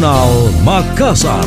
Jurnal Makassar.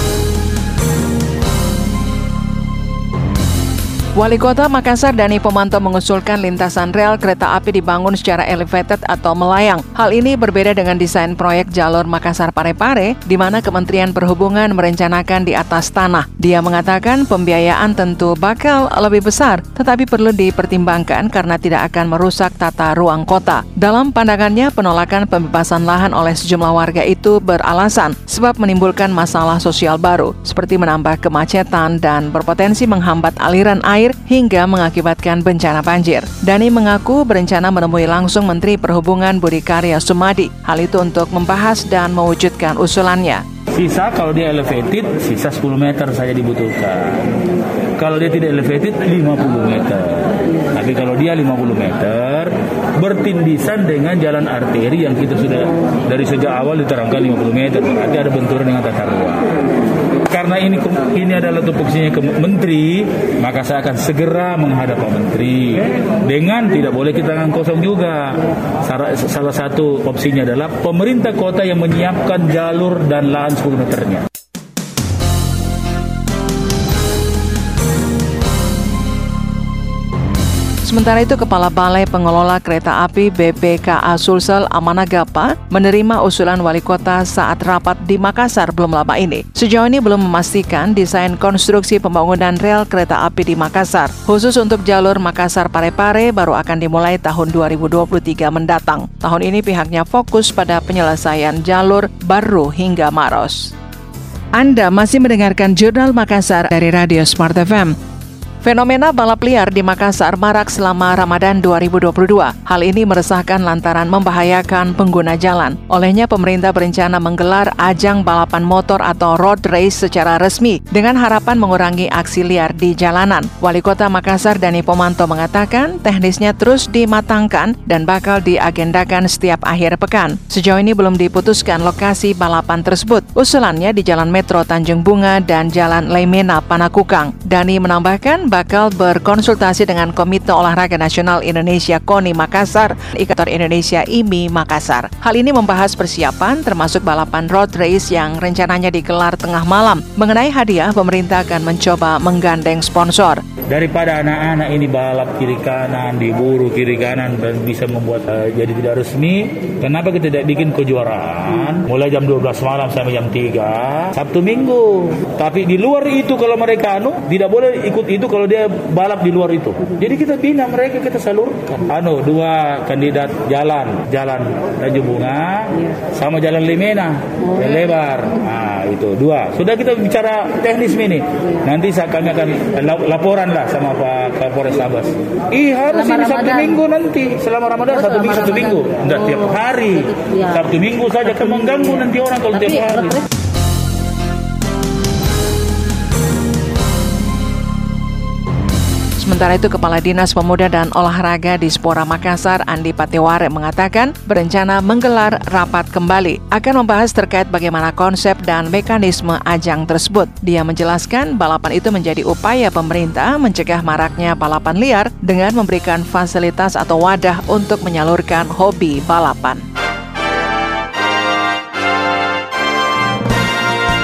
Wali Kota Makassar Dani Pomanto mengusulkan lintasan rel kereta api dibangun secara elevated atau melayang. Hal ini berbeda dengan desain proyek jalur Makassar-Parepare, di mana Kementerian Perhubungan merencanakan di atas tanah. Dia mengatakan pembiayaan tentu bakal lebih besar, tetapi perlu dipertimbangkan karena tidak akan merusak tata ruang kota. Dalam pandangannya, penolakan pembebasan lahan oleh sejumlah warga itu beralasan sebab menimbulkan masalah sosial baru, seperti menambah kemacetan dan berpotensi menghambat aliran air hingga mengakibatkan bencana banjir. Dani mengaku berencana menemui langsung Menteri Perhubungan Budi Karya Sumadi. Hal itu untuk membahas dan mewujudkan usulannya. Sisa kalau dia elevated, sisa 10 meter saja dibutuhkan. Kalau dia tidak elevated, 50 meter. Tapi kalau dia 50 meter, bertindisan dengan jalan arteri yang kita sudah dari sejak awal diterangkan 50 meter. Berarti ada benturan dengan tata ruang. Karena ini adalah tupoksinya ke Menteri, maka saya akan segera menghadap Pak Menteri. Dengan tidak boleh kita tangan kosong juga. Salah satu opsinya adalah pemerintah kota yang menyiapkan jalur dan lahan 10 meternya. Sementara itu, Kepala Balai Pengelola Kereta Api BPKA Sulsel Amanagapa menerima usulan wali kota saat rapat di Makassar belum lama ini. Sejauh ini belum memastikan desain konstruksi pembangunan rel kereta api di Makassar. Khusus untuk jalur Makassar-Parepare baru akan dimulai tahun 2023 mendatang. Tahun ini pihaknya fokus pada penyelesaian jalur Barru hingga Maros. Anda masih mendengarkan Jurnal Makassar dari Radio Smart FM. Fenomena balap liar di Makassar marak selama Ramadan 2022. Hal ini meresahkan lantaran membahayakan pengguna jalan. Olehnya pemerintah berencana menggelar ajang balapan motor atau road race secara resmi dengan harapan mengurangi aksi liar di jalanan. Wali Kota Makassar Dani Pomanto mengatakan teknisnya terus dimatangkan dan bakal diagendakan setiap akhir pekan. Sejauh ini belum diputuskan lokasi balapan tersebut. Usulannya di Jalan Metro Tanjung Bunga dan Jalan Leimena Panakukang. Dani menambahkan bakal berkonsultasi dengan Komite Olahraga Nasional Indonesia KONI Makassar, Ikatan Indonesia IMI Makassar. Hal ini membahas persiapan termasuk balapan road race yang rencananya digelar tengah malam. Mengenai hadiah, pemerintah akan mencoba menggandeng sponsor. Daripada anak-anak ini balap kiri kanan, diburu kiri kanan dan bisa membuat jadi tidak resmi, kenapa kita tidak bikin kejuaraan mulai jam 12 malam sampai jam 3 Sabtu Minggu. Tapi di luar itu kalau mereka tidak boleh ikut itu kalau dia balap di luar itu. Jadi kita bina mereka, kita salurkan. Dua kandidat jalan Tanjung Bunga sama Jalan Leimena yang lebar. Itu dua. Sudah kita bicara teknis ini. Nanti kami akan laporan sama Pak Kapolres Tabas. Harus ini Sabtu Minggu nanti. Selama Ramadan Sabtu Minggu. Enggak tiap hari. Sabtu Minggu saja kan mengganggu nanti orang kalau tiap hari. Sementara itu, Kepala Dinas Pemuda dan Olahraga Dispora Makassar, Andi Patiware, mengatakan berencana menggelar rapat kembali. Akan membahas terkait bagaimana konsep dan mekanisme ajang tersebut. Dia menjelaskan balapan itu menjadi upaya pemerintah mencegah maraknya balapan liar dengan memberikan fasilitas atau wadah untuk menyalurkan hobi balapan.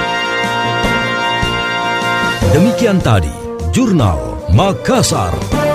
Demikian tadi Jurnal Makassar.